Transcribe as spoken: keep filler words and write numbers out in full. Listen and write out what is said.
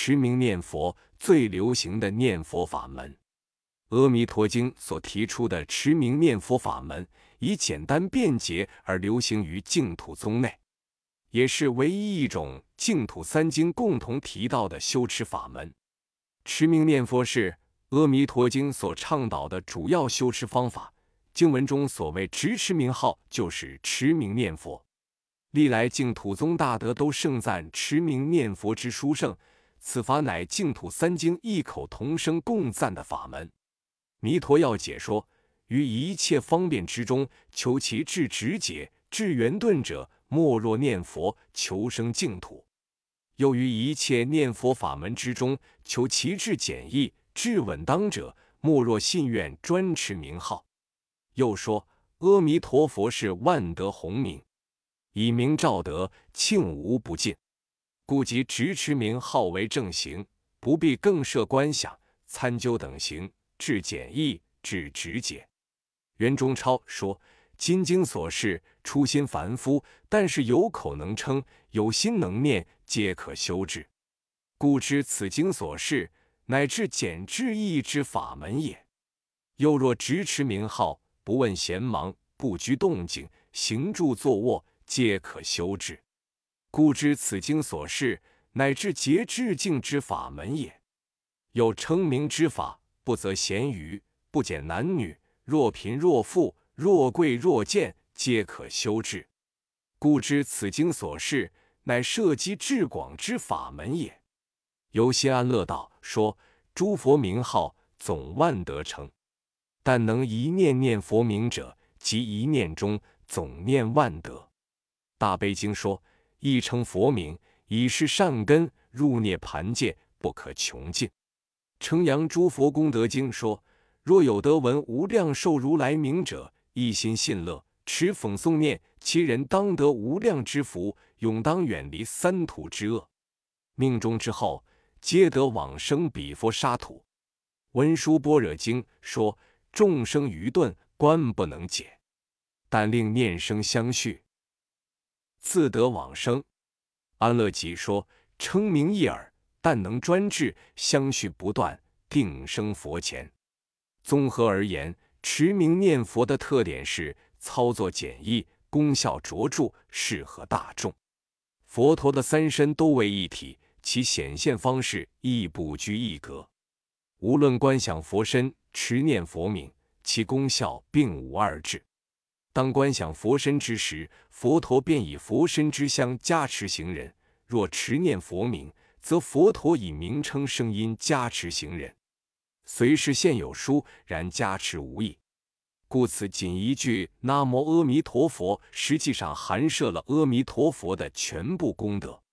持名念佛最流行的念佛法门。阿弥陀经所提出的持名念佛法门，以简单便捷而流行于净土宗内，也是唯一一种净土三经共同提到的修持法门。持名念佛是阿弥陀经所倡导的主要修持方法。经文中所谓直持名号，就是持名念佛。历来净土宗大德都盛赞持名念佛之殊胜，此法乃净土三经异口同声共赞的法门。弥陀要解说，于一切方便之中，求其至直解、至圆顿者，莫若念佛，求生净土；又于一切念佛法门之中，求其至简易、至稳当者，莫若信愿专持名号。又说，阿弥陀佛是万德洪名，以名照德，庆无不尽，故即直持名号为正行，不必更设观想、参究等行，至简易，至直解。袁中超说，今经所示，初心凡夫，但是有口能称，有心能念，皆可修治。故知此经所示，乃至简至易之法门也。又若直持名号，不问闲忙，不拘动静，行住坐卧，皆可修治。故知此经所示，乃至节制境之法门也。有称名之法，不择贤愚，不拣男女，若贫若富，若贵若贱，皆可修治。故知此经所示，乃涉及至广之法门也。由心安乐道说，诸佛名号总万德成，但能一念念佛名者，即一念中总念万德。大悲经说，一称佛名，以是善根，入涅盘界，不可穷尽。称扬诸佛功德经说，若有得闻无量寿如来名者，一心信乐，持讽诵念，其人当得无量之福，永当远离三途之恶，命中之后，皆得往生彼佛沙土。文殊般若经说，众生愚钝，观不能解，但令念声相续，自得往生。安乐集说，称名一耳，但能专制，相续不断，定生佛前。综合而言，持名念佛的特点是操作简易，功效卓著，适合大众。佛陀的三身都为一体，其显现方式亦不拘一格。无论观想佛身、持念佛名，其功效并无二致。当观想佛身之时，佛陀便以佛身之香加持行人；若持念佛名，则佛陀以名称声音加持行人。虽是现有殊，然加持无异。故此仅一句南无阿弥陀佛，实际上含摄了阿弥陀佛的全部功德。